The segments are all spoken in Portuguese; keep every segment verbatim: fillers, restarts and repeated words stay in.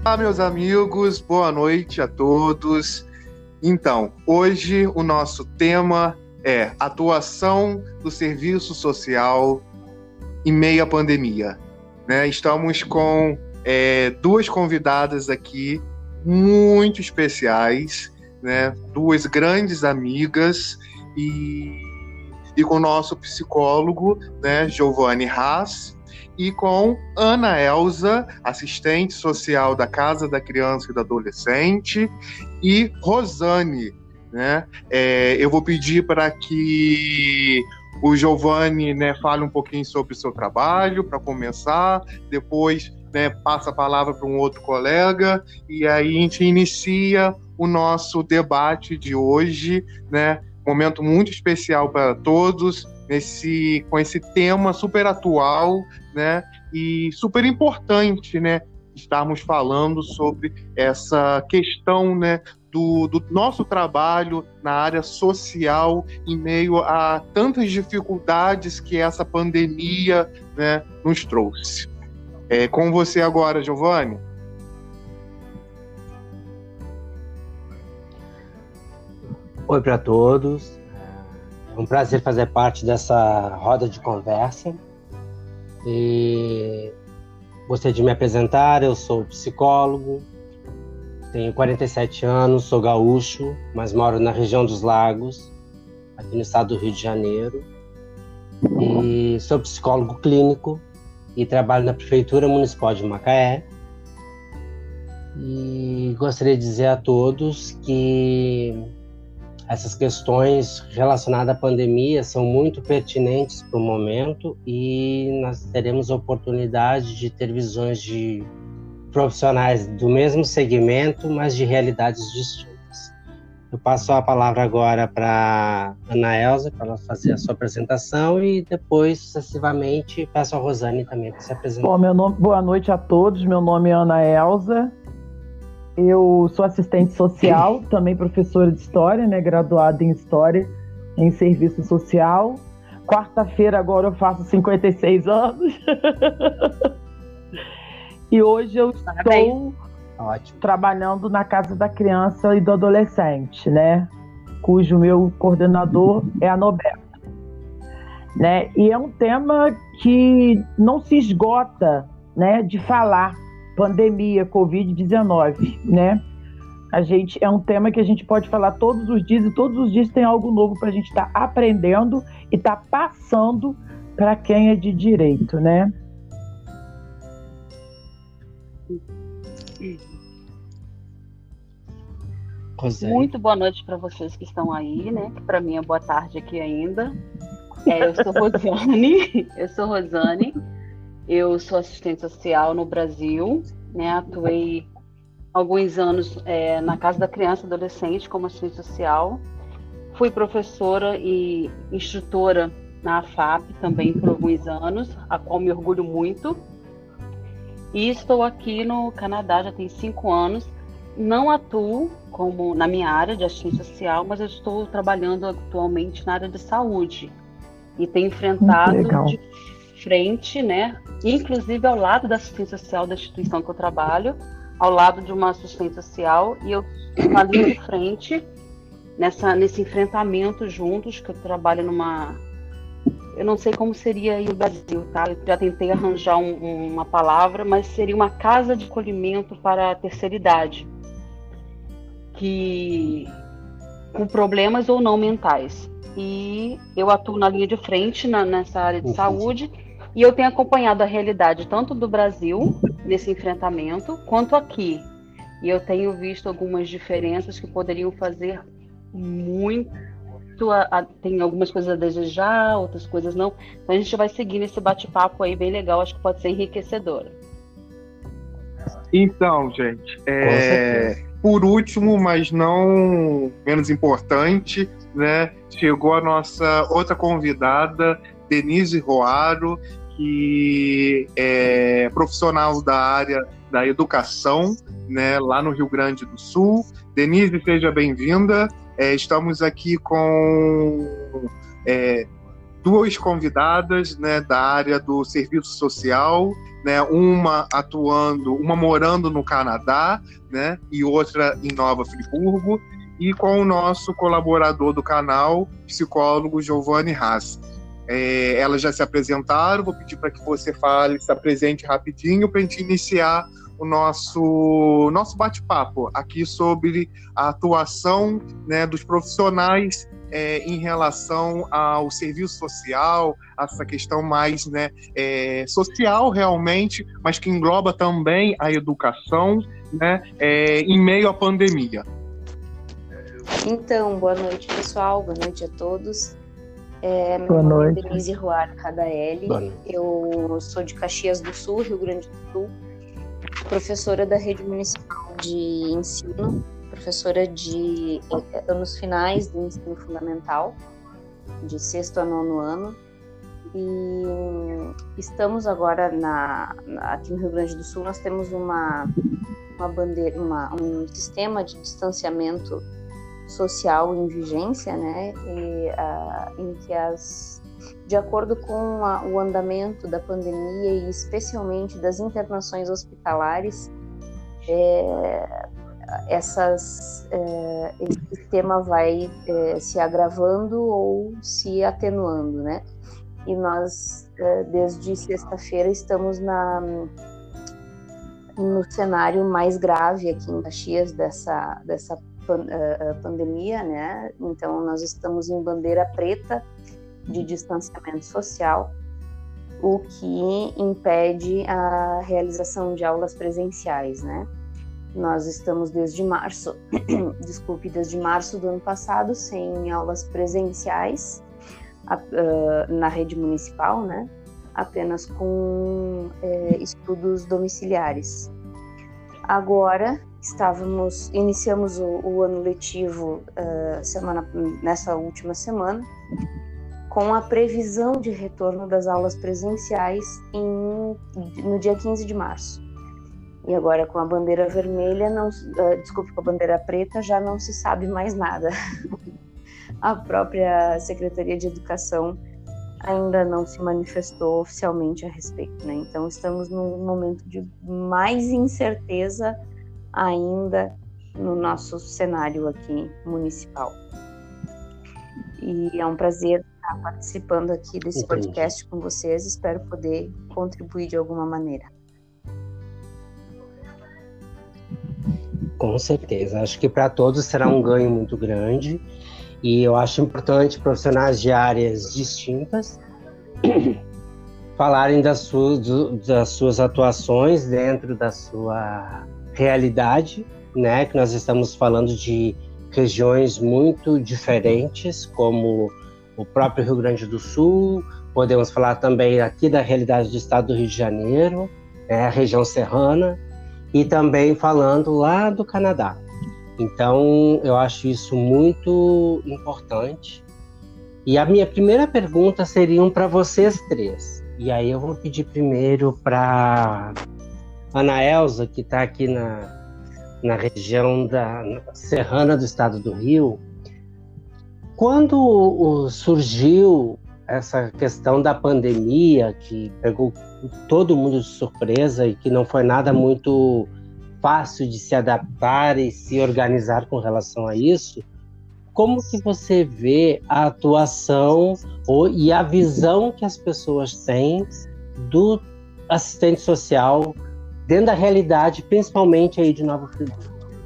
Olá, meus amigos, boa noite a todos. Então, hoje o nosso tema é atuação do serviço social em meio à pandemia. Né? Estamos com é, duas convidadas aqui muito especiais, né? Duas grandes amigas e, e com o nosso psicólogo, né, Giovanni Haas, e com Ana Elza, assistente social da Casa da Criança e do Adolescente, e Rosane. Né? É, eu vou pedir para que o Giovanni, né, fale um pouquinho sobre o seu trabalho, para começar, depois, né, passa a palavra para um outro colega, e aí a gente inicia o nosso debate de hoje, né? Momento muito especial para todos, nesse, com esse tema super atual, né, e super importante, né, estarmos falando sobre essa questão, né, do, do nosso trabalho na área social em meio a tantas dificuldades que essa pandemia, né, nos trouxe. É com você agora, Giovanni. Oi para todos. É um prazer fazer parte dessa roda de conversa. E gostaria de me apresentar. Eu sou psicólogo, tenho quarenta e sete anos, sou gaúcho, mas moro na região dos Lagos, aqui no estado do Rio de Janeiro. E sou psicólogo clínico e trabalho na Prefeitura Municipal de Macaé. E gostaria de dizer a todos que essas questões relacionadas à pandemia são muito pertinentes para o momento e nós teremos oportunidade de ter visões de profissionais do mesmo segmento, mas de realidades distintas. Eu passo a palavra agora para Ana Elza, para ela fazer a sua apresentação, e depois, sucessivamente, peço a Rosane também para se apresentar. Bom, meu nome, boa noite a todos, meu nome é Ana Elza. Eu sou assistente social, também professora de História, né, graduada em História, em Serviço Social. Quarta-feira agora eu faço cinquenta e seis anos. E hoje eu estou Ótimo. trabalhando na Casa da Criança e do Adolescente, né, cujo meu coordenador é a Noberta. Né, e é um tema que não se esgota, né, de falar. Pandemia, covid dezenove, né? A gente, é um tema que a gente pode falar todos os dias, e todos os dias tem algo novo para a gente estar tá aprendendo e estar tá passando para quem é de direito, né? Muito boa noite para vocês que estão aí, né? Que para mim é boa tarde aqui ainda. É, eu sou Rosane, eu sou Rosane. Eu sou assistente social no Brasil, né? Atuei alguns anos é, na Casa da Criança e Adolescente como assistente social. Fui professora e instrutora na A F A P também por alguns anos, a qual me orgulho muito. E estou aqui no Canadá já tem cinco anos. Não atuo como na minha área de assistência social, mas eu estou trabalhando atualmente na área de saúde e tenho enfrentado de frente, né, inclusive ao lado da assistência social da instituição que eu trabalho, ao lado de uma assistente social, e eu na linha de frente nessa, nesse enfrentamento juntos, que eu trabalho numa, eu não sei como seria aí no Brasil, tá? Eu já tentei arranjar um, uma palavra, mas seria uma casa de acolhimento para a terceira idade, que com problemas ou não mentais. E eu atuo na linha de frente na, nessa área de saúde. E eu tenho acompanhado a realidade tanto do Brasil, nesse enfrentamento, quanto aqui. E eu tenho visto algumas diferenças que poderiam fazer muito... A, a, tem algumas coisas a desejar, outras coisas não. Então a gente vai seguir nesse bate-papo aí bem legal, acho que pode ser enriquecedor. Então, gente, é, por último, mas não menos importante, né, chegou a nossa outra convidada, Denise Roaro, que é profissional da área da educação, né, lá no Rio Grande do Sul. Denise, seja bem-vinda. É, estamos aqui com é, duas convidadas, né, da área do serviço social, né, uma atuando, uma morando no Canadá, né, e outra em Nova Friburgo, e com o nosso colaborador do canal, psicólogo Giovanni Haas. É, elas já se apresentaram, vou pedir para que você fale, se apresente rapidinho para a gente iniciar o nosso, nosso bate-papo aqui sobre a atuação, né, dos profissionais é, em relação ao serviço social, essa questão mais, né, é, social realmente, mas que engloba também a educação, né, é, em meio à pandemia. Então, boa noite, pessoal, boa noite a todos. É, meu boa nome noite. é Denise Ruar Cadaeli, eu sou de Caxias do Sul, Rio Grande do Sul, professora da Rede Municipal de Ensino, professora de anos finais do ensino fundamental, de sexto a nono ano, e estamos agora na, aqui no Rio Grande do Sul. Nós temos uma, uma bandeira, uma, um sistema de distanciamento social em vigência, né, e, uh, em que as, de acordo com a, o andamento da pandemia e especialmente das internações hospitalares, é, essas, é, esse sistema vai é, se agravando ou se atenuando, né? E nós, é, desde sexta-feira, estamos na, no cenário mais grave aqui em Caxias dessa, dessa pandemia, né? Então nós estamos em bandeira preta de distanciamento social, o que impede a realização de aulas presenciais, né? Nós estamos desde março, desculpe, desde março do ano passado sem aulas presenciais uh, na rede municipal, né? Apenas com eh, estudos domiciliares. Agora estávamos, iniciamos o, o ano letivo uh, semana, nessa última semana, com a previsão de retorno das aulas presenciais em, no dia quinze de março. E agora com a bandeira vermelha, não, uh, desculpe, com a bandeira preta, já não se sabe mais nada. A própria Secretaria de Educação ainda não se manifestou oficialmente a respeito, né? Então estamos num momento de mais incerteza ainda no nosso cenário aqui municipal. E é um prazer estar participando aqui desse Entendi. podcast com vocês. Espero poder contribuir de alguma maneira. Com certeza. Acho que para todos será um ganho muito grande. E eu acho importante profissionais de áreas distintas falarem das suas, das suas atuações dentro da sua realidade, né? Que nós estamos falando de regiões muito diferentes, como o próprio Rio Grande do Sul. Podemos falar também aqui da realidade do estado do Rio de Janeiro, né? A região serrana, e também falando lá do Canadá. Então, eu acho isso muito importante. E a minha primeira pergunta seria para vocês três. E aí eu vou pedir primeiro para Ana Elza, que está aqui na, na região da serrana do estado do Rio. Quando o, surgiu essa questão da pandemia, que pegou todo mundo de surpresa e que não foi nada muito fácil de se adaptar e se organizar com relação a isso, como que você vê a atuação ou, e a visão que as pessoas têm do assistente social dentro da realidade, principalmente aí de Nova Friburgo?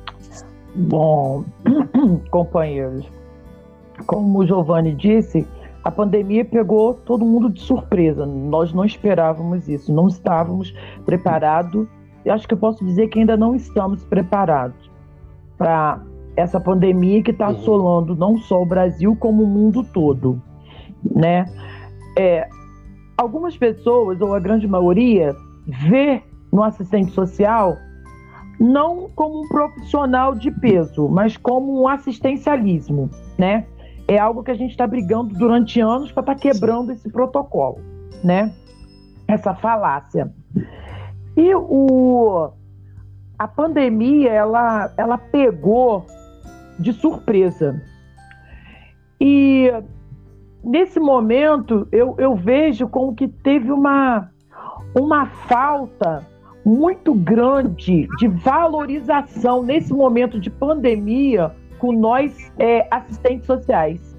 Bom, companheiros, como o Giovanni disse, a pandemia pegou todo mundo de surpresa. Nós não esperávamos isso, não estávamos preparados. Eu acho que eu posso dizer que ainda não estamos preparados para essa pandemia que está assolando uhum. não só o Brasil, como o mundo todo, né? É, algumas pessoas, ou a grande maioria, vê no assistente social não como um profissional de peso, mas como um assistencialismo, né? É algo que a gente está brigando durante anos para estar tá quebrando esse protocolo, né? Essa falácia. E o, a pandemia, ela, ela pegou de surpresa. E nesse momento, eu, eu vejo como que teve uma, uma falta muito grande de valorização nesse momento de pandemia com nós é, assistentes sociais.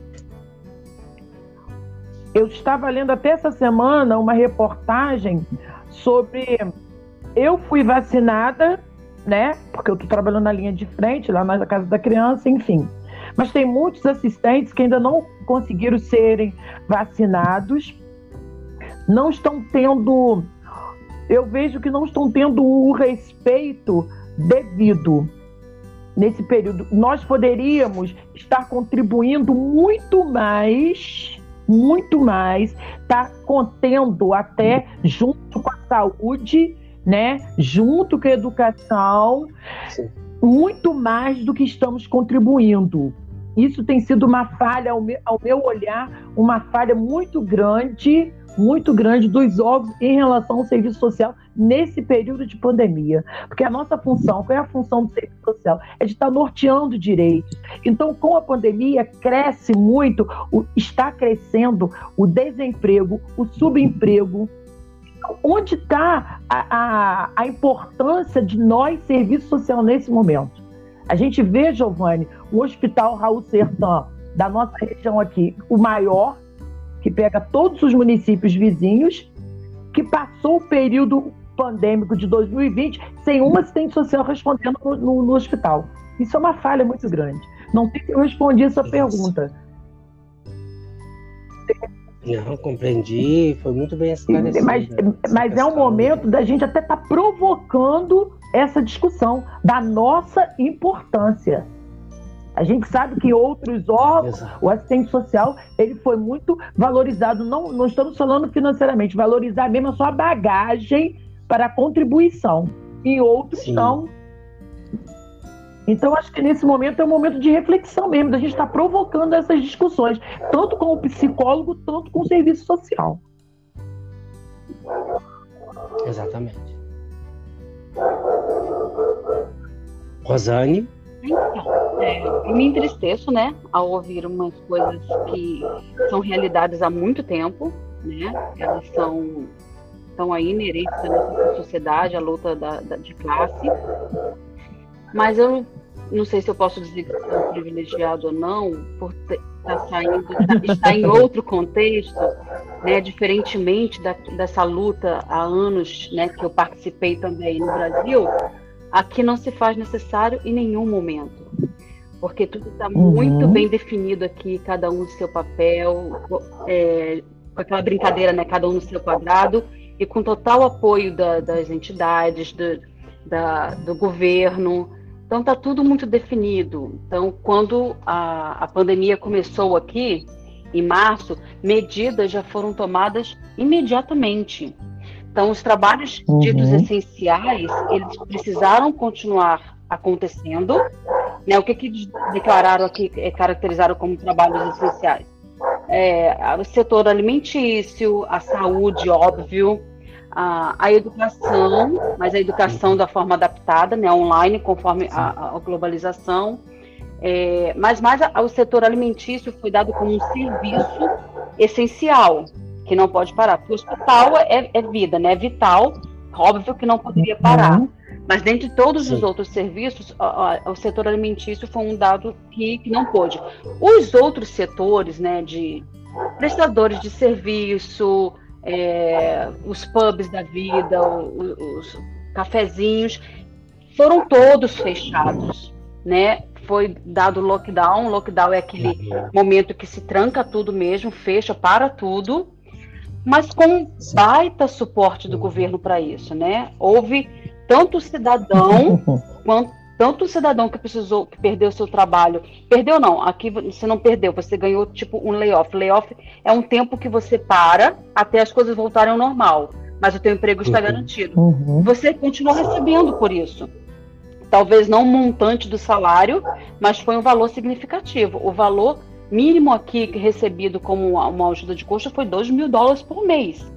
Eu estava lendo até essa semana uma reportagem sobre... Eu fui vacinada, né? Porque eu estou trabalhando na linha de frente, lá na Casa da Criança, enfim. Mas tem muitos assistentes que ainda não conseguiram serem vacinados, não estão tendo... Eu vejo que não estão tendo o respeito devido nesse período. Nós poderíamos estar contribuindo muito mais, muito mais, estar contendo até junto com a saúde, né? Junto com a educação, sim, muito mais do que estamos contribuindo. Isso tem sido uma falha, ao meu, ao meu olhar, uma falha muito grande, muito grande dos órgãos em relação ao serviço social nesse período de pandemia. Porque a nossa função, qual é a função do serviço social? É de estar norteando direitos. Então, com a pandemia, cresce muito, o, está crescendo o desemprego, o subemprego. Onde está a, a, a importância de nós, serviço social, nesse momento? A gente vê, Giovanni, o Hospital Raul Sertã, da nossa região aqui, o maior, que pega todos os municípios vizinhos, que passou o período pandêmico de dois mil e vinte sem um assistente social respondendo no, no, no hospital. Isso é uma falha muito grande. Não sei se eu respondi essa Isso. pergunta. Não, compreendi, foi muito bem esclarecido. Mas, mas é um momento da gente até estar tá provocando essa discussão da nossa importância. A gente sabe que outros órgãos, Exato. O assistente social, ele foi muito valorizado, não, não estamos falando financeiramente, valorizar mesmo a sua bagagem para a contribuição. E outros Sim. não. Então, acho que nesse momento é um momento de reflexão mesmo, da gente estar provocando essas discussões, tanto com o psicólogo, tanto com o serviço social. Exatamente. Rosane? Então, é, eu me entristeço, né, ao ouvir umas coisas que são realidades há muito tempo, né, elas são, são aí inerentes à nossa sociedade, à luta da, da, de classe, mas eu não sei se eu posso dizer que sou privilegiado ou não, por estar tá saindo, tá, estar em outro contexto, né, diferentemente da, dessa luta há anos, né, que eu participei também no Brasil. Aqui não se faz necessário em nenhum momento, porque tudo está uhum. muito bem definido aqui, cada um no seu papel, é, com aquela brincadeira, né, cada um no seu quadrado, e com total apoio da, das entidades, do, da, do governo. Então está tudo muito definido. Então, quando a, a pandemia começou aqui, em março, medidas já foram tomadas imediatamente. Então, os trabalhos uhum. ditos essenciais, eles precisaram continuar acontecendo. Né? O que, que declararam aqui, é, caracterizaram como trabalhos essenciais? É, o setor alimentício, a saúde, óbvio, a, a educação, mas a educação da forma adaptada, né? Online, conforme a, a globalização. É, mas mais a, o setor alimentício foi dado como um serviço essencial, que não pode parar, porque o hospital é, é vida, né? É vital, óbvio que não poderia parar, uhum. mas dentre todos Sim. os outros serviços, o, o setor alimentício foi um dado que, que não pôde. Os outros setores, né, de prestadores de serviço, é, os pubs da vida, os, os cafezinhos, foram todos fechados, né? Foi dado lockdown, lockdown é aquele momento que se tranca tudo mesmo, fecha, para tudo, mas com baita suporte do governo para isso, né? Houve tanto o cidadão, quanto, tanto o cidadão que precisou, que perdeu seu trabalho, perdeu não, aqui você não perdeu, você ganhou tipo um layoff. Layoff é um tempo que você para até as coisas voltarem ao normal, mas o teu emprego está garantido. Uhum. Você continua recebendo por isso. Talvez não um montante do salário, mas foi um valor significativo. O valor mínimo aqui recebido como uma ajuda de custo foi dois mil dólares por mês.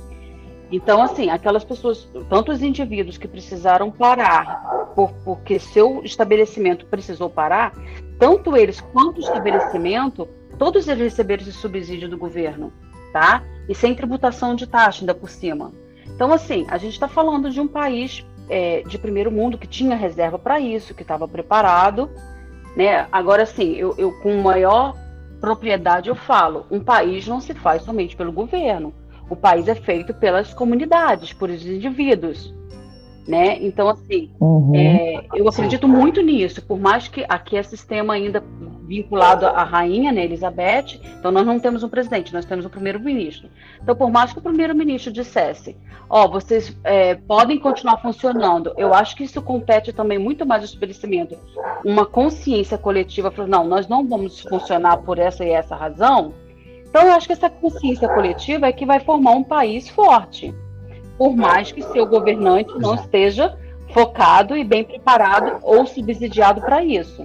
Então, assim, aquelas pessoas, tantos indivíduos que precisaram parar, por, porque seu estabelecimento precisou parar, tanto eles quanto o estabelecimento todos eles receberam esse subsídio do governo, tá? E sem tributação de taxa ainda por cima. Então, assim, a gente está falando de um país é, de primeiro mundo que tinha reserva para isso, que estava preparado, né? Agora, sim, eu, eu com maior propriedade eu falo, um país não se faz somente pelo governo, o país é feito pelas comunidades, por os indivíduos, né? Então, assim, uhum. é, eu acredito muito nisso, por mais que aqui é sistema ainda vinculado à rainha, né, Elizabeth, então nós não temos um presidente, nós temos um primeiro-ministro. Então, por mais que o primeiro-ministro dissesse, ó, oh, vocês é, podem continuar funcionando, eu acho que isso compete também muito mais ao estabelecimento, uma consciência coletiva, não, nós não vamos funcionar por essa e essa razão. Então, eu acho que essa consciência coletiva é que vai formar um país forte, por mais que seu governante não esteja focado e bem preparado ou subsidiado para isso.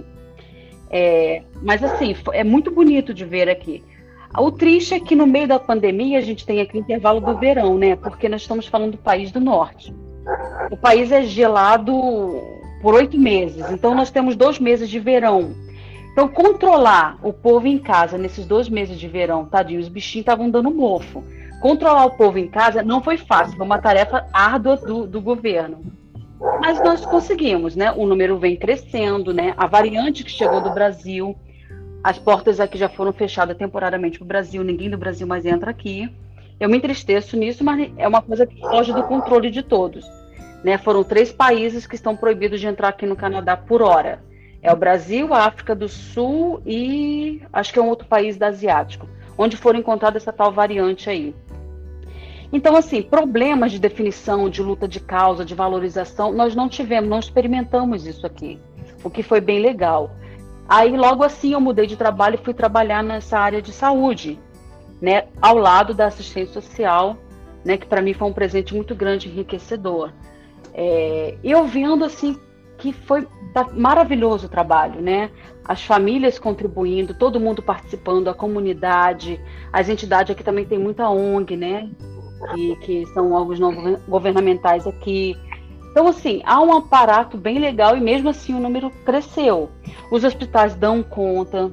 É, mas, assim, é muito bonito de ver aqui. O triste é que no meio da pandemia a gente tem aqui o intervalo do verão, né? Porque nós estamos falando do país do norte. O país é gelado por oito meses, então nós temos dois meses de verão. Então, controlar o povo em casa nesses dois meses de verão, tadinho, os bichinhos estavam dando mofo. Controlar o povo em casa não foi fácil, foi uma tarefa árdua do, do governo. Mas nós conseguimos, né? O número vem crescendo, né? A variante que chegou do Brasil, as portas aqui já foram fechadas temporariamente para o Brasil, ninguém do Brasil mais entra aqui. Eu me entristeço nisso, mas é uma coisa que foge do controle de todos, né? Foram três países que estão proibidos de entrar aqui no Canadá por hora. É o Brasil, a África do Sul e acho que é um outro país da asiático, onde foram encontradas essa tal variante aí. Então, assim, problemas de definição, de luta de causa, de valorização, nós não tivemos, não experimentamos isso aqui, o que foi bem legal. Aí, logo assim, eu mudei de trabalho e fui trabalhar nessa área de saúde, né, ao lado da assistência social, né, que para mim foi um presente muito grande, enriquecedor. É, eu vendo, assim, que foi tá maravilhoso o trabalho, né? As famílias contribuindo, todo mundo participando, a comunidade, as entidades aqui também tem muita O N G, né? Que, que são órgãos não governamentais aqui. Então, assim, há um aparato bem legal e mesmo assim o número cresceu. Os hospitais dão conta,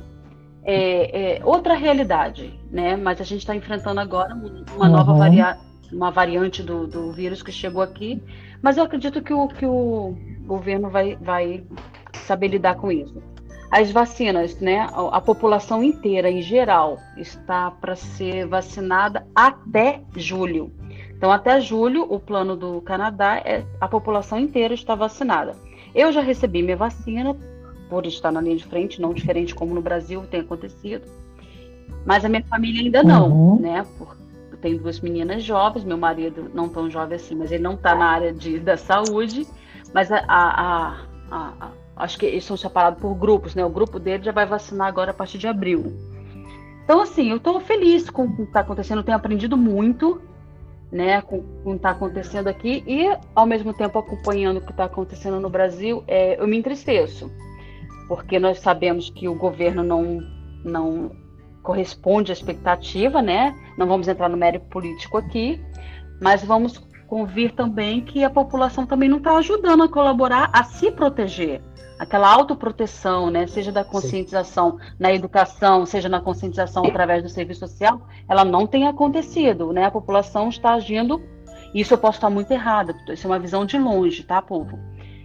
é, é outra realidade, né? Mas a gente está enfrentando agora uma nova uhum. varia uma variante do, do vírus que chegou aqui, mas eu acredito que o, que o governo vai, vai saber lidar com isso. As vacinas, né? A, a população inteira, em geral, está para ser vacinada até julho. Então, até julho, o plano do Canadá é a população inteira está vacinada. Eu já recebi minha vacina, por estar na linha de frente, não diferente como no Brasil tem acontecido. Mas a minha família ainda não, uhum. né? Porque eu tenho duas meninas jovens, meu marido não tão jovem assim, mas ele não está na área de, da saúde. Mas a, a, a, a, acho que eles são separados por grupos, né? O grupo dele já vai vacinar agora a partir de abril. Então, assim, eu estou feliz com o que está acontecendo, eu tenho aprendido muito, né, com o que está acontecendo aqui e, ao mesmo tempo, acompanhando o que está acontecendo no Brasil, é, eu me entristeço, porque nós sabemos que o governo não, não corresponde à expectativa, né? Não vamos entrar no mérito político aqui, mas vamos convir também que a população também não está ajudando a colaborar a se proteger. Aquela autoproteção, né, seja da conscientização Sim. na educação, seja na conscientização através do serviço social, ela não tem acontecido, né? A população está agindo, isso eu posso estar muito errada, isso é uma visão de longe, tá, povo?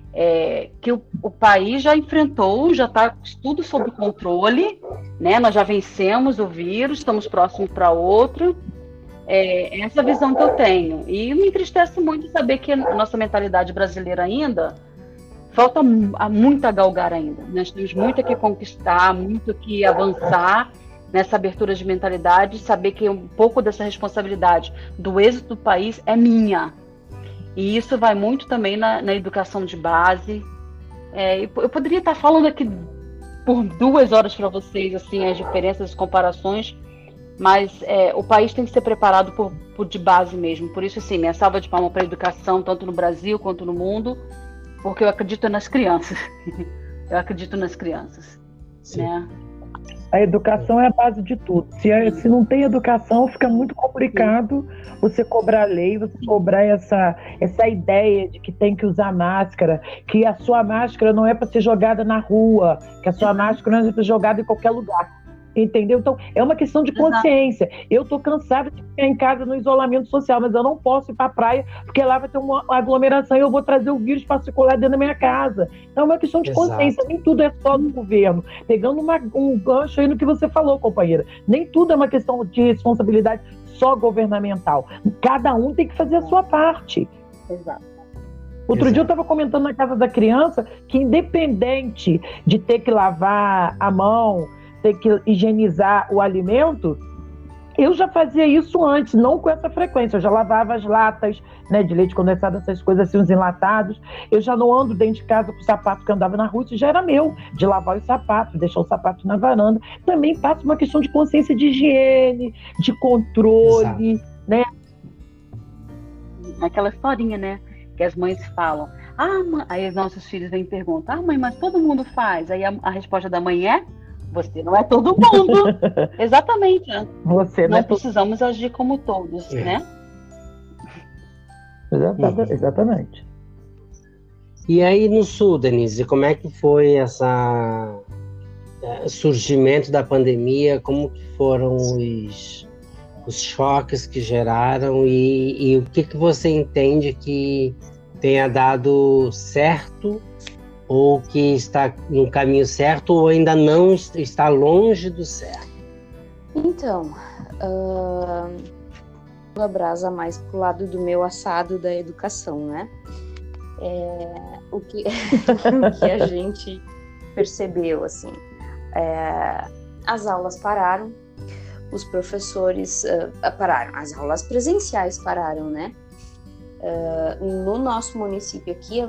É, que o, o país já enfrentou, já está tudo sob controle, né? Nós já vencemos o vírus, estamos próximos para outro. É essa visão que eu tenho. E me entristece muito saber que a nossa mentalidade brasileira ainda falta muito a galgar ainda. Nós temos muito que conquistar, muito que avançar nessa abertura de mentalidade, saber que um pouco dessa responsabilidade do êxito do país é minha. E isso vai muito também na, na educação de base. É, eu poderia estar falando aqui por duas horas para vocês assim, as diferenças, as comparações, mas é, o país tem que ser preparado por, por de base mesmo. Por isso, assim, minha salva de palmas para a educação, tanto no Brasil quanto no mundo, porque eu acredito nas crianças. Eu acredito nas crianças. Né? A educação é a base de tudo. Se, é, se não tem educação, fica muito complicado Sim. você cobrar lei, você cobrar essa, essa ideia de que tem que usar máscara, que a sua máscara não é para ser jogada na rua, que a sua máscara não é para ser jogada em qualquer lugar. Entendeu? Então, é uma questão de consciência. Exato. Eu estou cansada de ficar em casa no isolamento social, mas eu não posso ir para a praia, porque lá vai ter uma aglomeração e eu vou trazer o vírus para circular dentro da minha casa. Então, é uma questão de Exato. Consciência. Nem tudo é só do governo. Pegando uma, um gancho aí no que você falou, companheira. Nem tudo é uma questão de responsabilidade só governamental. Cada um tem que fazer a sua parte. Exato. Outro Exato. Dia eu estava comentando na casa da criança que, independente de ter que lavar a mão, ter que higienizar o alimento, eu já fazia isso antes, não com essa frequência. Eu já lavava as latas, né, de leite condensado, essas coisas assim, os enlatados. Eu já não ando dentro de casa com o sapato que eu andava na rua, isso já era meu, de lavar os sapatos, deixar o sapato na varanda. Também passa uma questão de consciência de higiene, de controle, Exato. Né? Aquela historinha, né, que as mães falam, ah, mãe... aí os nossos filhos vêm perguntar, ah, mãe, mas todo mundo faz. Aí a, a resposta da mãe é, você não é todo mundo. Exatamente. Você não, não é precisamos todo... agir como todos, é. Né? Exatamente. Exatamente. E aí no Sul, Denise, como é que foi essa é, surgimento da pandemia? Como que foram os, os choques que geraram e, e o que, que você entende que tenha dado certo ou que está no caminho certo ou ainda não está longe do certo? Então, uh, a brasa mais pro lado do meu assado da educação, né? É, o, que, o que a gente percebeu, assim, é, as aulas pararam, os professores uh, pararam, as aulas presenciais pararam, né? Uh, no nosso município aqui,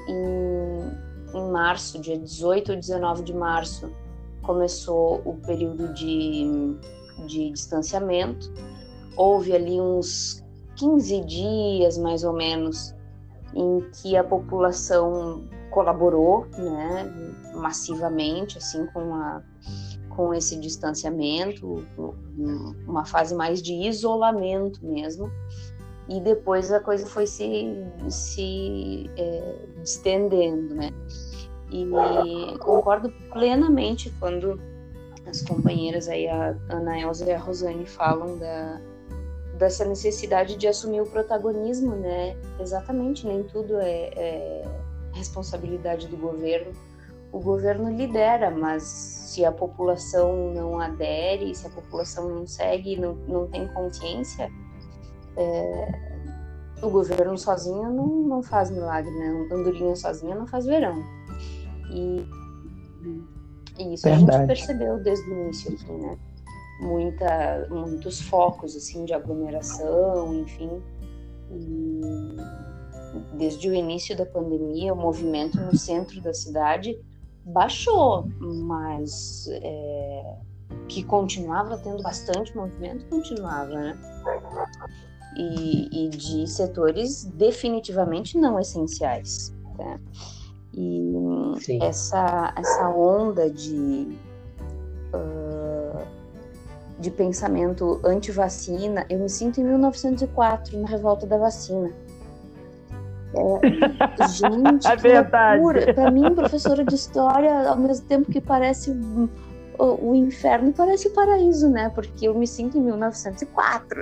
em Em março, dia dezoito ou dezenove de março, começou o período de, de distanciamento. Houve ali uns quinze dias, mais ou menos, em que a população colaborou, né, massivamente, assim, com, a, com esse distanciamento, uma fase mais de isolamento mesmo. E depois a coisa foi se, se é, estendendo, né? E concordo plenamente quando as companheiras aí, a Ana Elza e a Rosane, falam da, dessa necessidade de assumir o protagonismo, né? Exatamente, nem tudo é, é responsabilidade do governo. O governo lidera, mas se a população não adere, se a população não segue, não, não tem consciência, É, o governo sozinho não, não faz milagre, né? Andorinha sozinha não faz verão. E, e isso Verdade. A gente percebeu desde o início aqui, né? Muita, muitos focos assim, de aglomeração, enfim. E desde o início da pandemia, o movimento no centro da cidade baixou, mas é, que continuava tendo bastante movimento, continuava, né? E, e de setores definitivamente não essenciais, tá? E Sim. essa, essa onda de, uh, de pensamento anti-vacina, eu me sinto em mil novecentos e quatro, na revolta da vacina. É, gente, é verdade. Para mim, professora de história, ao mesmo tempo que parece o, o, o inferno, parece o paraíso, né? Porque eu me sinto em mil novecentos e quatro.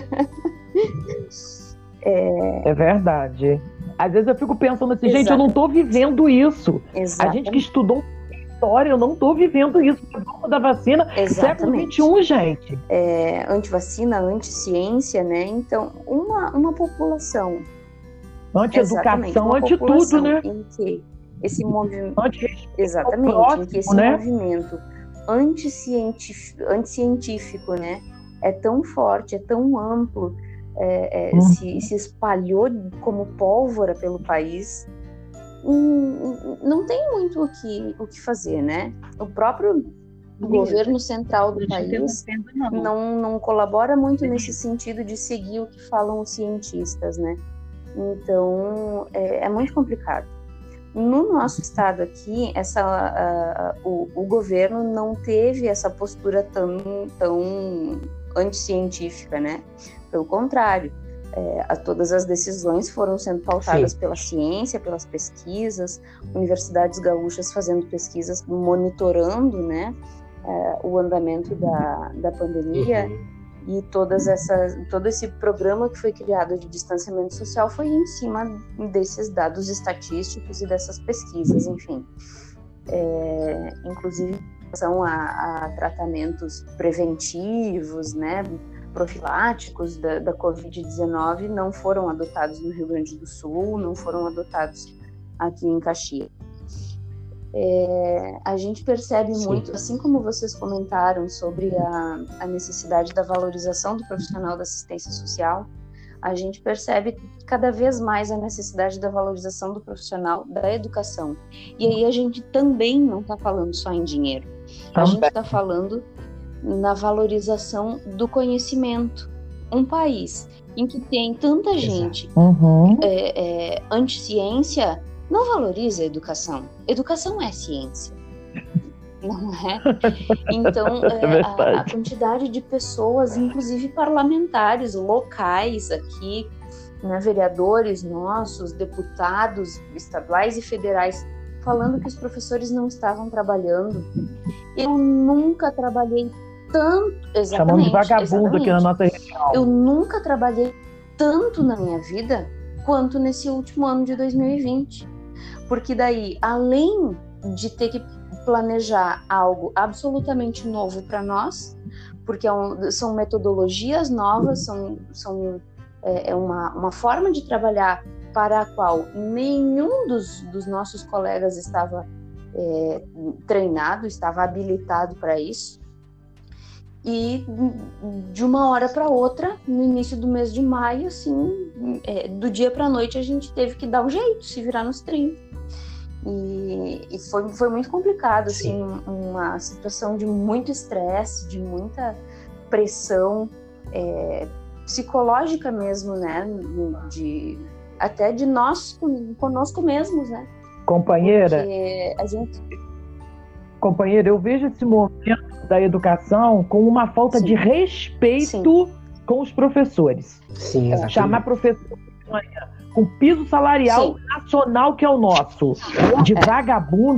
É... é verdade. Às vezes eu fico pensando assim, Exato. Gente, eu não estou vivendo isso. Exatamente. A gente que estudou história, eu não estou vivendo isso. A volta da vacina, Exatamente. Século vinte e um, gente. É, antivacina, anti-ciência, né? Então, uma, uma população... Anti-educação, anti-tudo, né? Em que esse movimento... Anti- Exatamente, próximo, em que esse né? movimento anticientífico, anticientífico, né? É tão forte, é tão amplo, é, é, hum. se, se espalhou como pólvora pelo país, hum, não tem muito o que, o que fazer, né? O próprio Sim. governo central do país não. Não, não colabora muito Sim. nesse sentido de seguir o que falam os cientistas, né? Então, é, é muito complicado. No nosso estado aqui, essa, uh, uh, o, o governo não teve essa postura tão, tão anticientífica, né? Pelo contrário, é, a, todas as decisões foram sendo pautadas Sim. pela ciência, pelas pesquisas, universidades gaúchas fazendo pesquisas, monitorando, né, é, o andamento da, da pandemia. Uhum. E todas essas, todo esse programa que foi criado de distanciamento social foi em cima desses dados estatísticos e dessas pesquisas, enfim. É, inclusive, são a, a tratamentos preventivos, né, profiláticos da, da covid dezenove não foram adotados no Rio Grande do Sul, não foram adotados aqui em Caxias. É, a gente percebe Sim. muito, assim como vocês comentaram sobre a, a necessidade da valorização do profissional da assistência social, a gente percebe cada vez mais a necessidade da valorização do profissional da educação. E aí a gente também não está falando só em dinheiro, a também. gente está falando na valorização do conhecimento. Um país em que tem tanta gente uhum. é, é, anti-ciência não valoriza a educação. Educação é ciência, não é? Então, é, a, a quantidade de pessoas, inclusive parlamentares locais aqui, né, vereadores nossos, deputados estaduais e federais, falando que os professores não estavam trabalhando. Eu nunca trabalhei tanto... Exatamente. Chamando de vagabundo aqui na nossa região. Eu nunca trabalhei tanto na minha vida quanto nesse último ano de dois mil e vinte. Porque daí, além de ter que planejar algo absolutamente novo para nós, porque é um, são metodologias novas, são, são, é, é uma, uma forma de trabalhar para a qual nenhum dos, dos nossos colegas estava é, treinado, estava habilitado para isso. E de uma hora para outra, no início do mês de maio, assim, é, do dia para a noite, a gente teve que dar um jeito, se virar nos trinta. E, e foi, foi muito complicado, assim, uma situação de muito estresse, de muita pressão é, psicológica mesmo, né? De, até de nós, conosco mesmos, né? Companheira, Porque a gente... Companheira, eu vejo esse momento da educação com uma falta Sim. de respeito Sim. com os professores. Sim, é. Chamar professor com piso salarial Sim. nacional que é o nosso, de é. vagabundo.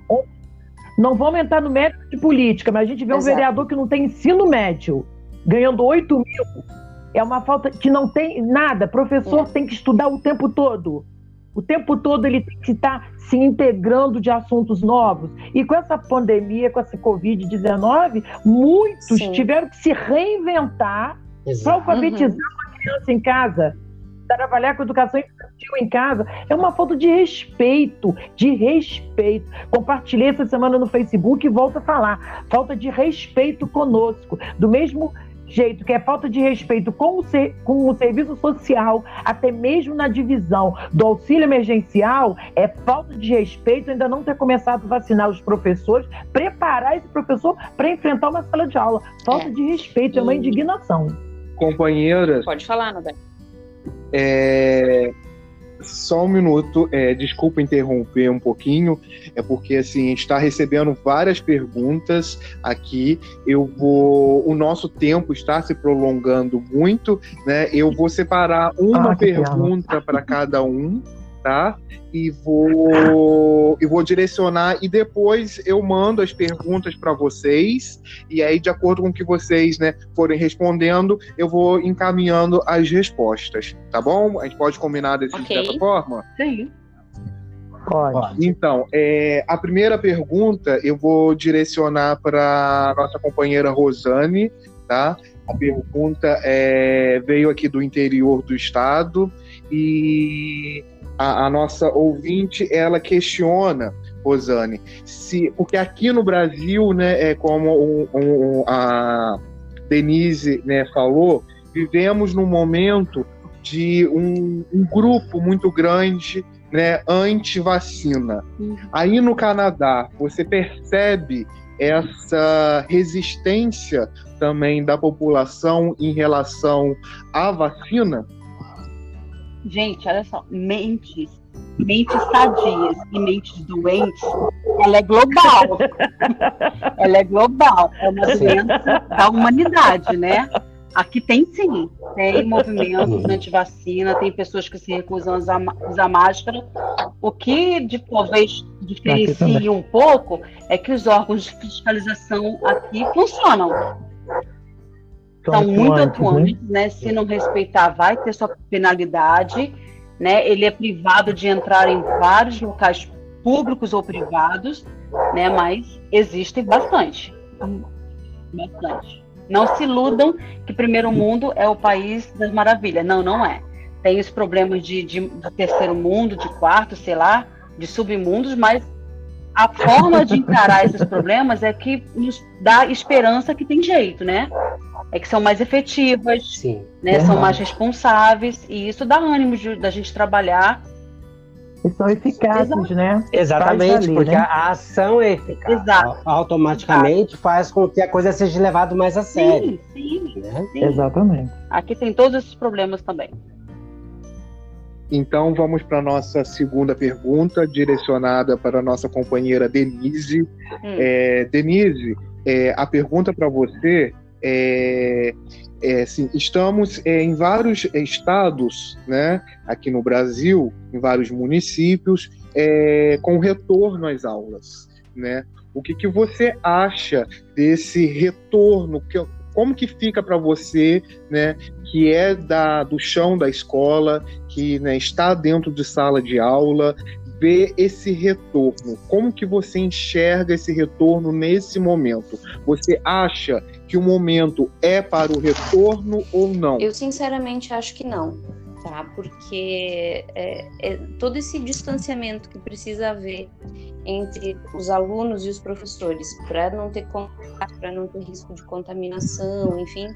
Não vamos entrar no mérito de política, mas a gente vê Exato. um vereador que não tem ensino médio, ganhando oito mil. É uma falta que não tem nada. Professor é. tem que estudar o tempo todo. O tempo todo ele tem que estar se integrando de assuntos novos. E com essa pandemia, com essa covid dezenove, muitos Sim. tiveram que se reinventar para alfabetizar uhum. uma criança em casa, trabalhar com educação infantil em casa. É uma falta de respeito, de respeito. Compartilhei essa semana no Facebook e volto a falar. Falta de respeito conosco. Do mesmo jeito que é falta de respeito com o, ser, com o serviço social, até mesmo na divisão do auxílio emergencial, é falta de respeito ainda não ter começado a vacinar os professores, preparar esse professor para enfrentar uma sala de aula. Falta é. de respeito, é uma indignação. Companheiras... Pode falar, Nobel. É... Só um minuto, é, desculpa interromper um pouquinho, é porque assim, a gente está recebendo várias perguntas aqui, eu vou, o nosso tempo está se prolongando muito, né? Eu vou separar uma ah, pergunta para cada um, tá? E vou, eu vou direcionar e depois eu mando as perguntas para vocês e aí de acordo com o que vocês, né, forem respondendo, eu vou encaminhando as respostas, tá bom? A gente pode combinar desse, okay. dessa forma? Sim. Pode. Então, é, a primeira pergunta eu vou direcionar para nossa companheira Rosane, tá? A pergunta é, veio aqui do interior do estado e A, a nossa ouvinte, ela questiona, Rosane, se, porque aqui no Brasil, né, é como o, o, a Denise, né, falou, vivemos num momento de um, um grupo muito grande, né, anti-vacina. Uhum. Aí no Canadá, você percebe essa resistência também da população em relação à vacina? Gente, olha só, mentes, mentes sadias e mentes doentes, ela é global. Ela é global, é uma doença da humanidade, né? Aqui tem sim, tem movimentos anti-vacina, tem pessoas que se recusam a usar, usar máscara, o que de talvez diferencia um pouco é que os órgãos de fiscalização aqui funcionam. São muito atuantes, né? né? Se não respeitar, vai ter sua penalidade, né? Ele é privado de entrar em vários locais públicos ou privados, né? Mas existem bastante. Bastante. Não se iludam que primeiro mundo é o país das maravilhas. Não, não é. Tem os problemas de, de, de terceiro mundo, de quarto, sei lá, de submundos, mas a forma de encarar esses problemas é que nos dá esperança que tem jeito, né? É que são mais efetivas, Sim, né? São mais responsáveis, e isso dá ânimo de, da gente trabalhar. E são eficazes, Exato. né? Exatamente, ali, né? porque a ação é eficaz. Exato. Automaticamente Exato. faz com que a coisa seja levada mais a sério. Sim, sim, né? sim. Exatamente. Aqui tem todos esses problemas também. Então vamos para a nossa segunda pergunta, direcionada para a nossa companheira Denise. Hum. É, Denise, é, a pergunta para você é, é assim, estamos é, em vários estados, né, aqui no Brasil, em vários municípios, é, com retorno às aulas, né? O que, que você acha desse retorno? Que, como que fica para você, né, que é da, do chão da escola, que, né, está dentro de sala de aula, ver esse retorno? Como que você enxerga esse retorno nesse momento? Você acha que o momento é para o retorno ou não? Eu sinceramente acho que não, tá? Porque é, é todo esse distanciamento que precisa haver entre os alunos e os professores, para não ter contato, para não ter risco de contaminação, enfim,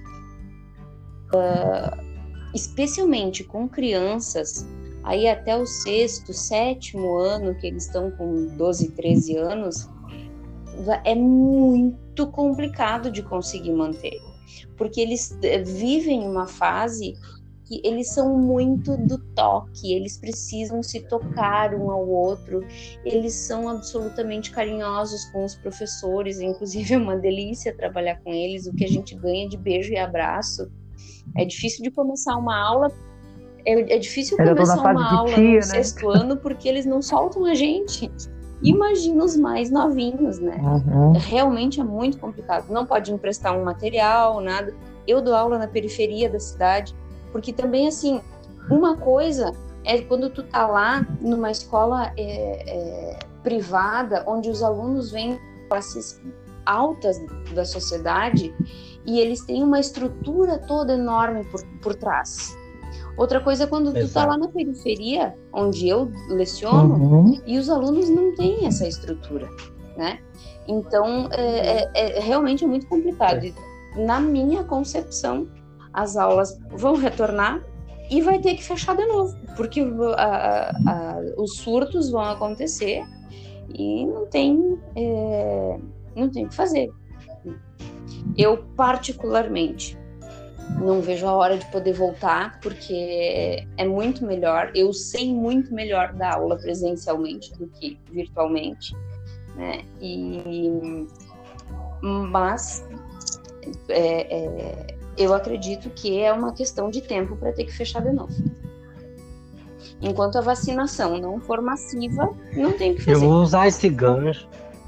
uh, especialmente com crianças, aí até o sexto, sétimo ano, que eles estão com doze, treze anos, é muito complicado de conseguir manter, porque eles vivem uma fase que eles são muito do toque, eles precisam se tocar um ao outro, eles são absolutamente carinhosos com os professores, inclusive é uma delícia trabalhar com eles, o que a gente ganha de beijo e abraço. É difícil de começar uma aula, é, é difícil Eu começar uma aula tia, no né? sexto ano, porque eles não soltam a gente. Imagina os mais novinhos, né? Uhum. Realmente é muito complicado. Não pode emprestar um material, nada. Eu dou aula na periferia da cidade, porque também, assim, uma coisa é quando tu tá lá numa escola é, é, privada, onde os alunos vêm classes altas da sociedade e eles têm uma estrutura toda enorme por, por trás. Outra coisa é quando Exato. tu tá lá na periferia, onde eu leciono, uhum. e os alunos não têm essa estrutura, né? Então, é, é, é realmente é muito complicado. É. Na minha concepção, as aulas vão retornar e vai ter que fechar de novo, porque a, a, os surtos vão acontecer e não tem, é, não tem o que fazer. Eu, particularmente, não vejo a hora de poder voltar, porque é muito melhor, eu sei muito melhor dar aula presencialmente do que virtualmente, né? E, mas é, é, eu acredito que é uma questão de tempo para ter que fechar de novo. Enquanto a vacinação não for massiva, não tem o que fazer. Eu vou usar esse gancho.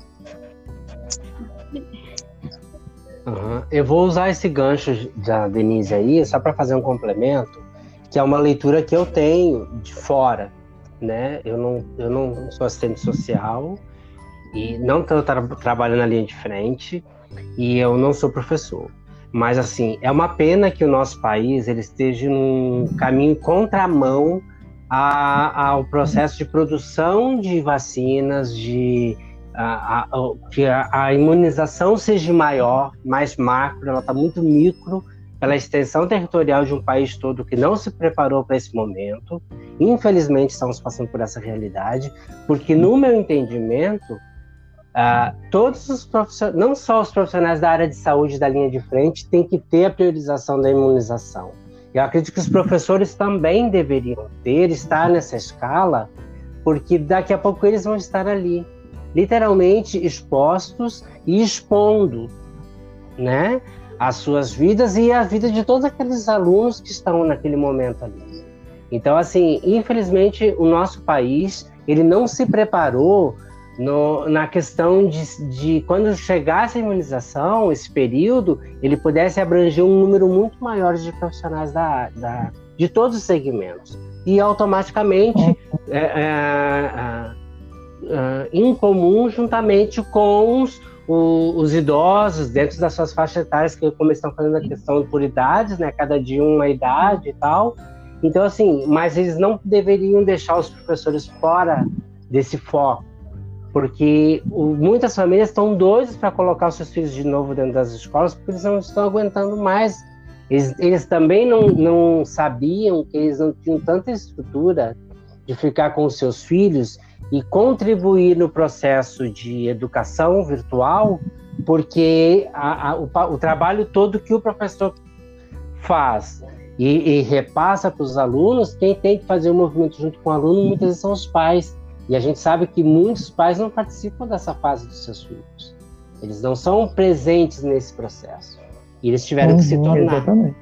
Uhum. Eu vou usar esse gancho da Denise aí, só para fazer um complemento, que é uma leitura que eu tenho de fora, né? Eu não, eu não sou assistente social e não estou tra- trabalhando na linha de frente e eu não sou professor. Mas, assim, é uma pena que o nosso país ele esteja num caminho contramão a, ao processo de produção de vacinas, de a, a, que a, a imunização seja maior, mais macro, ela está muito micro, pela extensão territorial de um país todo que não se preparou para esse momento. Infelizmente, estamos passando por essa realidade, porque, no meu entendimento, Uh, todos os profissionais, não só os profissionais da área de saúde da linha de frente, têm que ter a priorização da imunização. Eu acredito que os professores também deveriam ter, estar nessa escala, porque daqui a pouco eles vão estar ali, literalmente expostos e expondo, né, as suas vidas e a vida de todos aqueles alunos que estão naquele momento ali. Então, assim, infelizmente, o nosso país, ele não se preparou no, na questão de, de quando chegasse a imunização, esse período, ele pudesse abranger um número muito maior de profissionais da, da, de todos os segmentos. E automaticamente, é, é, é, é, em comum, juntamente com os, os, os idosos, dentro das suas faixas etárias, que como estão falando a questão por idades, né, cada dia uma idade e tal. Então, assim, mas eles não deveriam deixar os professores fora desse foco, porque o, muitas famílias estão doidas para colocar os seus filhos de novo dentro das escolas, porque eles não estão aguentando mais. Eles, eles também não, não sabiam que eles não tinham tanta estrutura de ficar com os seus filhos e contribuir no processo de educação virtual, porque a, a, o, o trabalho todo que o professor faz e, e repassa para os alunos, quem tem que fazer o movimento junto com o aluno muitas vezes são os pais. E a gente sabe que muitos pais não participam dessa fase dos seus filhos. Eles não são presentes nesse processo. E eles tiveram uhum, que se tornar. Exatamente.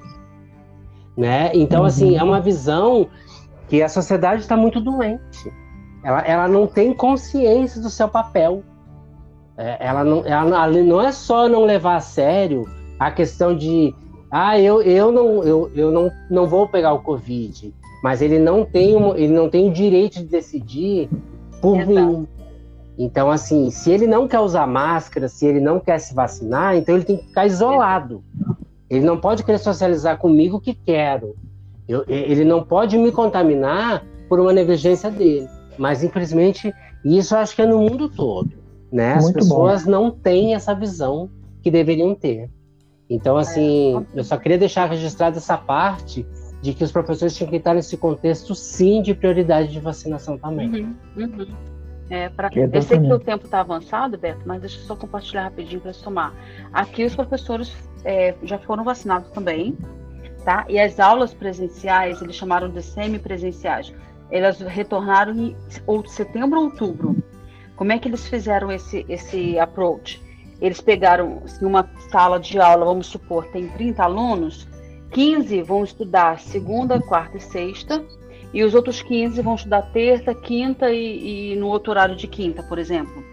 Né? Então, uhum. assim, é uma visão que a sociedade está muito doente. Ela, ela não tem consciência do seu papel. É, ela, não, ela não é só não levar a sério a questão de ah, eu, eu, não, eu, eu não, não vou pegar o Covid, mas ele não tem, ele não tem o direito de decidir por Exato. mim. Então, assim, se ele não quer usar máscara, se ele não quer se vacinar, então ele tem que ficar isolado. Ele não pode querer socializar comigo o que quero. Eu, ele não pode me contaminar por uma negligência dele. Mas, infelizmente, isso eu acho que é no mundo todo. Né? As Muito pessoas bom. não têm essa visão que deveriam ter. Então, assim, eu só queria deixar registrada essa parte de que os professores tinham que estar nesse contexto, sim, de prioridade de vacinação também. Uhum, uhum. É, pra... Eu sei que o tempo está avançado, Beto, mas deixa eu só compartilhar rapidinho para somar. Aqui os professores é, já foram vacinados também, tá? E as aulas presenciais, eles chamaram de semipresenciais. Elas retornaram em setembro ou outubro. Como é que eles fizeram esse, esse approach? Eles pegaram, se uma sala de aula, vamos supor, tem trinta alunos, quinze vão estudar segunda, quarta e sexta, e os outros quinze vão estudar terça, quinta e, e no outro horário de quinta, por exemplo.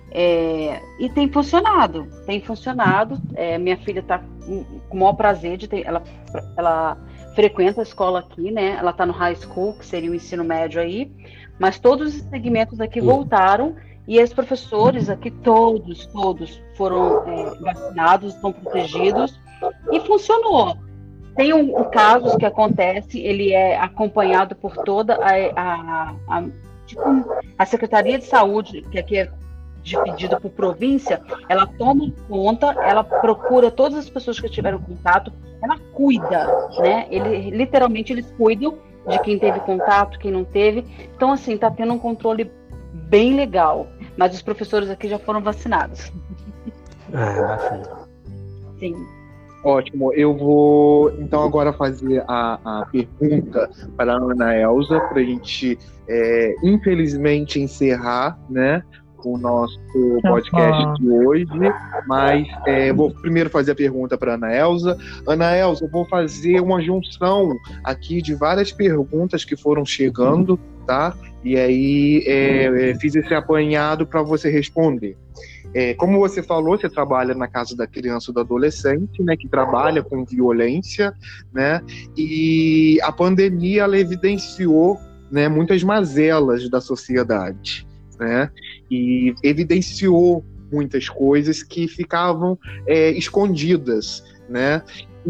É, e tem funcionado, tem funcionado. É, minha filha está com o maior prazer de ter, ela, ela frequenta a escola aqui, né? Ela está no high school, que seria o ensino médio aí, mas todos os segmentos aqui voltaram e os professores aqui, todos, todos foram é, vacinados, estão protegidos e funcionou. Tem um, um caso que acontece, ele é acompanhado por toda a, a, a, tipo, a Secretaria de Saúde, que aqui é dividido por província, ela toma conta, ela procura todas as pessoas que tiveram contato, ela cuida, né? Ele, literalmente eles cuidam de quem teve contato, quem não teve. Então, assim, tá tendo um controle bem legal, mas os professores aqui já foram vacinados. Ah, bacana. Sim. Ótimo, eu vou então agora fazer a, a pergunta para a Ana Elza, para a gente, é, infelizmente, encerrar, né, o nosso podcast de hoje, mas é, vou primeiro fazer a pergunta para a Ana Elza. Ana Elza, eu vou fazer uma junção aqui de várias perguntas que foram chegando, tá? E aí é, fiz esse apanhado para você responder. É, como você falou, você trabalha na Casa da Criança e do Adolescente, né, que trabalha com violência, né, e a pandemia ela evidenciou, né, muitas mazelas da sociedade, né, e evidenciou muitas coisas que ficavam é, escondidas, né,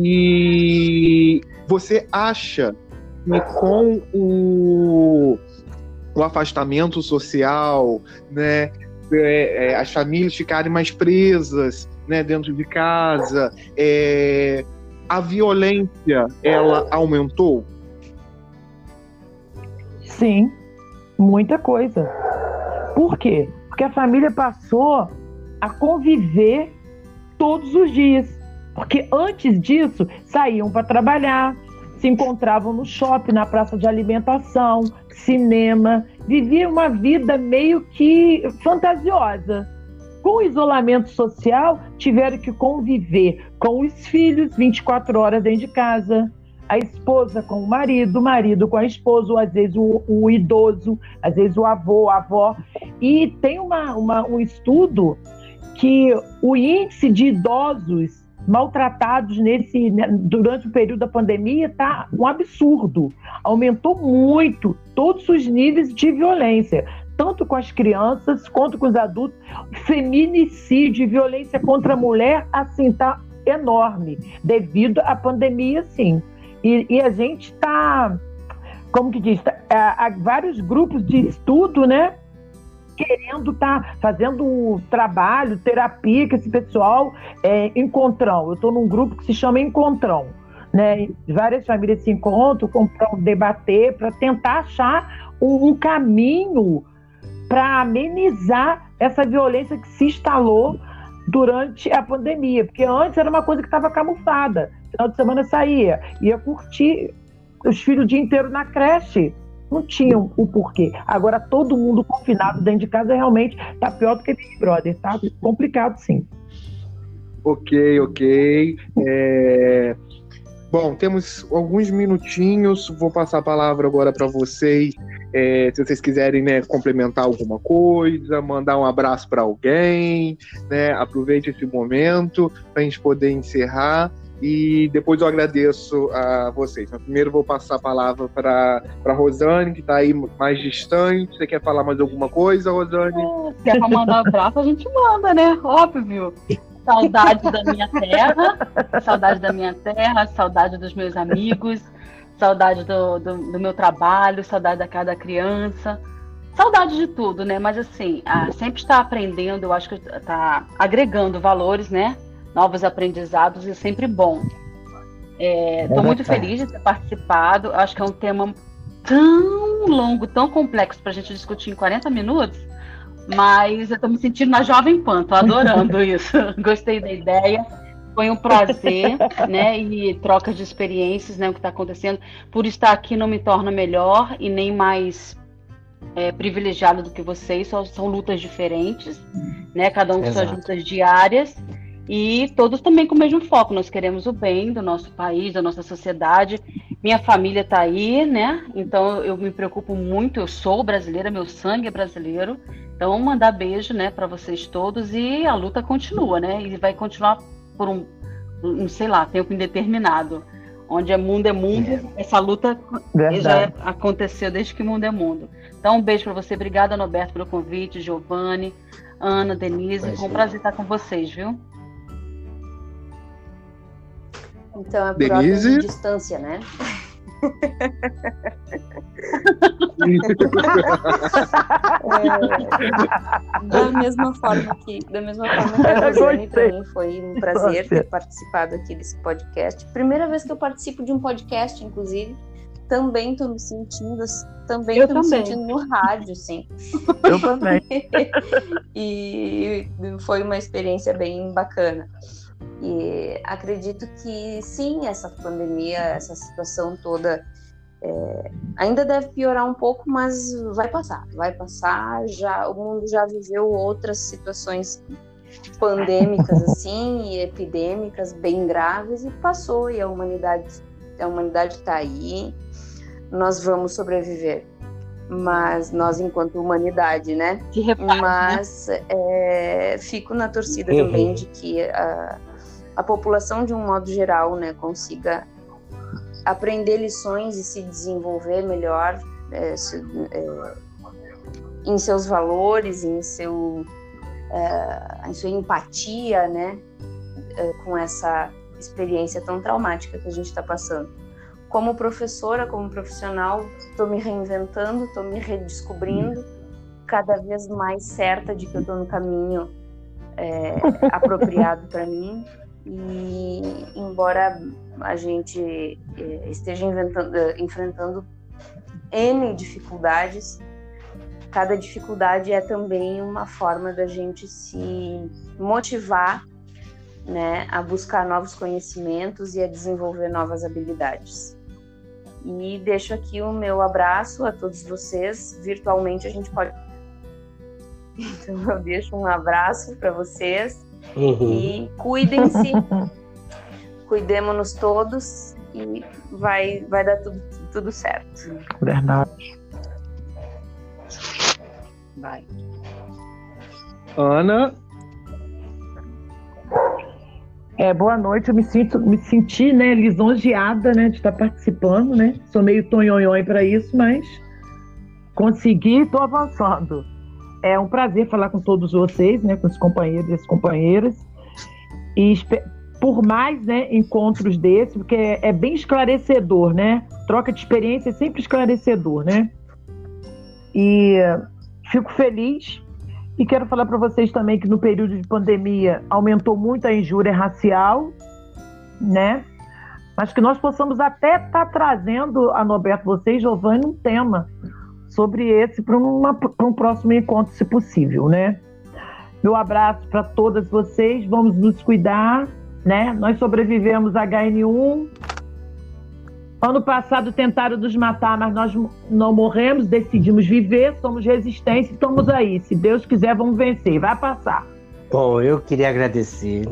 e você acha que com o, o afastamento social, né, É, é, as famílias ficarem mais presas, né, dentro de casa, é, a violência ela aumentou? Sim, muita coisa. Por quê? Porque a família passou a conviver todos os dias. Porque antes disso, saíam para trabalhar, se encontravam no shopping, na praça de alimentação, cinema, viviam uma vida meio que fantasiosa. Com o isolamento social, tiveram que conviver com os filhos vinte e quatro horas dentro de casa, a esposa com o marido, o marido com a esposa, ou às vezes o, o idoso, às vezes o avô, a avó. E tem uma, uma, um estudo que o índice de idosos maltratados nesse, durante o período da pandemia está um absurdo. Aumentou muito todos os níveis de violência, tanto com as crianças quanto com os adultos. Feminicídio e violência contra a mulher, assim, está enorme, devido à pandemia, sim. E, e a gente está, como que diz, tá, há, há vários grupos de estudo, né, querendo estar tá fazendo trabalho, terapia com esse pessoal, é, Encontrão. Eu estou num grupo que se chama Encontrão, né? Várias famílias se encontram, compram, debater, para tentar achar um, um caminho para amenizar essa violência que se instalou durante a pandemia, porque antes era uma coisa que estava camuflada. Final de semana saía, ia curtir, os filhos o dia inteiro na creche, não tinham o porquê. Agora todo mundo confinado dentro de casa realmente tá pior do que Big Brother, tá complicado, sim. Ok, ok. É... Bom, temos alguns minutinhos, vou passar a palavra agora para vocês, é, se vocês quiserem, né, complementar alguma coisa, mandar um abraço para alguém, né, aproveite esse momento para a gente poder encerrar. E depois eu agradeço a vocês. Mas primeiro eu vou passar a palavra para a Rosane, que está aí mais distante. Você quer falar mais alguma coisa, Rosane? É, se quer mandar um abraço, a gente manda, né? Óbvio. Saudade da minha terra, saudade da minha terra, saudade dos meus amigos, saudade do, do, do meu trabalho, saudade da casa da criança, saudade de tudo, né? Mas assim, a, sempre está aprendendo, eu acho que está agregando valores, né? Novos aprendizados, é sempre bom. Estou é, muito feliz de ter participado. Acho que é um tema tão longo, tão complexo para a gente discutir em quarenta minutos, mas eu estou me sentindo na Jovem Pan, estou adorando isso. Gostei da ideia, foi um prazer, né? E troca de experiências, né? O que está acontecendo. Por estar aqui não me torna melhor e nem mais é, privilegiado do que vocês, só são lutas diferentes, né? Cada um com suas lutas diárias. E todos também com o mesmo foco, nós queremos o bem do nosso país, da nossa sociedade. Minha família está aí, né? Então eu me preocupo muito, eu sou brasileira, meu sangue é brasileiro. Então mandar beijo, né, para vocês todos, e a luta continua, né? E vai continuar por um, um sei lá, tempo indeterminado. Onde é mundo é mundo, é. Essa luta Verdade. Já aconteceu desde que mundo é mundo. Então um beijo para você, obrigada, Norberto, pelo convite, Giovanni, Ana, Denise, foi um prazer estar com vocês, viu? Então é por Denise? Ordem de distância, né? é, da mesma forma que da mesma forma que a Rosane, para mim foi um prazer ter participado aqui desse podcast. Primeira vez que eu participo de um podcast, inclusive. Também estou me sentindo, também estou me sentindo no rádio, sim. Eu também. E foi uma experiência bem bacana. E acredito que sim, essa pandemia, essa situação toda é, ainda deve piorar um pouco, mas vai passar, vai passar. Já, o mundo já viveu outras situações pandêmicas assim, e epidêmicas bem graves, e passou, e a humanidade a humanidade está aí, nós vamos sobreviver. Mas nós, enquanto humanidade, né? Repare, mas né? É, fico na torcida uhum. também de que a, a população, de um modo geral, né, consiga aprender lições e se desenvolver melhor é, se, é, em seus valores, em, seu, é, em sua empatia, né, é, com essa experiência tão traumática que a gente está passando. Como professora, como profissional, estou me reinventando, estou me redescobrindo, cada vez mais certa de que eu estou no caminho é, apropriado para mim. E embora a gente é, esteja enfrentando N dificuldades, cada dificuldade é também uma forma da gente se motivar, né, a buscar novos conhecimentos e a desenvolver novas habilidades. E deixo aqui o meu abraço a todos vocês. Virtualmente a gente pode... Então eu deixo um abraço para vocês. Uhum. E cuidem-se, cuidemos-nos todos e vai, vai dar tudo, tudo certo. Verdade. Vai. Ana. É, boa noite, eu me, sinto, me senti, né, lisonjeada, né, de estar participando, né, sou meio tonhonhon para isso, mas consegui, estou avançando. É um prazer falar com todos vocês, né, com os companheiros e as companheiras, e por mais, né, encontros desses, porque é, é bem esclarecedor, né, troca de experiência é sempre esclarecedor, né, e fico feliz. E quero falar para vocês também que no período de pandemia aumentou muito a injúria racial, né? Mas que nós possamos até estar tá trazendo, a Norberto, vocês, Giovanni, um tema sobre esse para um próximo encontro, se possível, né? Meu abraço para todas vocês, vamos nos cuidar, né? Nós sobrevivemos a H N um. Ano passado tentaram nos matar, mas nós não morremos, decidimos viver, somos resistência e estamos aí. Se Deus quiser, vamos vencer, vai passar. Bom, eu queria agradecer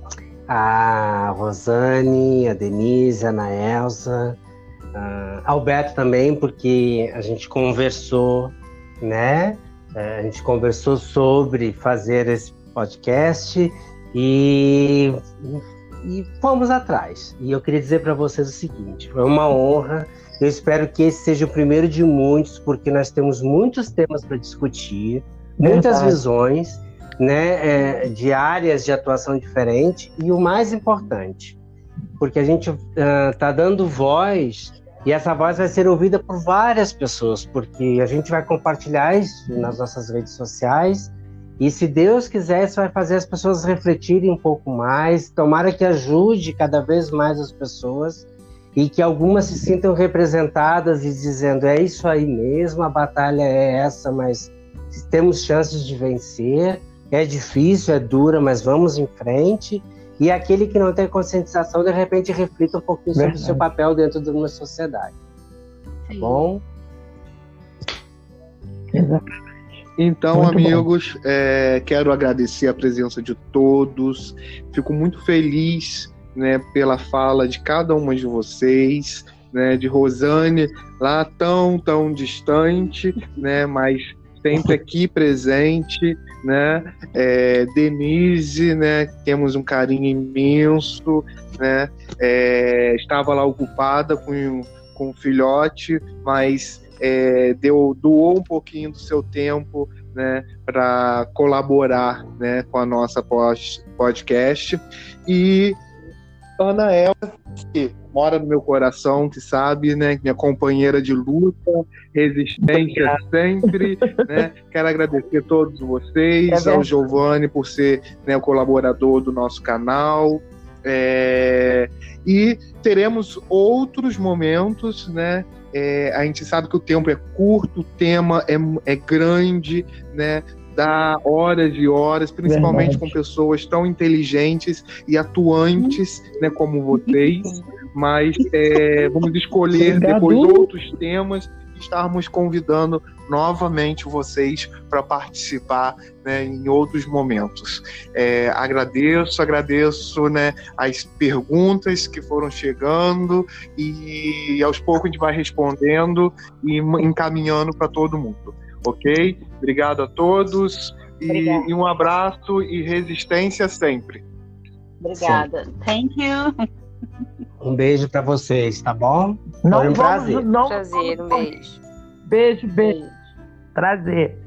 a Rosane, a Denise, a Ana Elza, a Alberto também, porque a gente conversou, né? A gente conversou sobre fazer esse podcast e... E fomos atrás. E eu queria dizer para vocês o seguinte: foi uma honra. Eu espero que esse seja o primeiro de muitos, porque nós temos muitos temas para discutir, muitas Verdade. visões, né, é, de áreas de atuação diferentes. E o mais importante, porque a gente está uh, dando voz, e essa voz vai ser ouvida por várias pessoas, porque a gente vai compartilhar isso nas nossas redes sociais. E se Deus quiser, isso vai fazer as pessoas refletirem um pouco mais, tomara que ajude cada vez mais as pessoas e que algumas se sintam representadas e dizendo, é isso aí mesmo, a batalha é essa, mas temos chances de vencer, é difícil, é dura, mas vamos em frente. E aquele que não tem conscientização, de repente, reflita um pouquinho sobre Verdade. o seu papel dentro de uma sociedade. Tá bom? Exatamente. Então, muito amigos, é, quero agradecer a presença de todos. Fico muito feliz, né, pela fala de cada uma de vocês, né, de Rosane, lá tão, tão distante, né, mas sempre aqui presente, né, é, Denise, né, temos um carinho imenso, né, é, estava lá ocupada com, com o filhote, mas... É, deu, doou um pouquinho do seu tempo, né, para colaborar, né, com a nossa podcast. E Ana Elza, que mora no meu coração, que sabe, né, minha companheira de luta, resistência sempre, né, quero agradecer a todos vocês, é ao Giovanni por ser, né, o colaborador do nosso canal. É, e teremos outros momentos, né? É, a gente sabe que o tempo é curto, o tema é, é grande, né? Dá horas e horas, principalmente Verdade. com pessoas tão inteligentes e atuantes, né, como vocês. Mas é, vamos escolher Obrigado. depois outros temas e estarmos convidando novamente vocês para participar, né, em outros momentos. É, agradeço, agradeço, né, as perguntas que foram chegando e aos poucos a gente vai respondendo e encaminhando para todo mundo, ok? Obrigado a todos e, e um abraço e resistência sempre. Obrigada. Sim. Thank you. Um beijo para vocês, tá bom? Não Foi um vamos, prazer. Não, prazer, um beijo. Beijo, beijo. Prazer.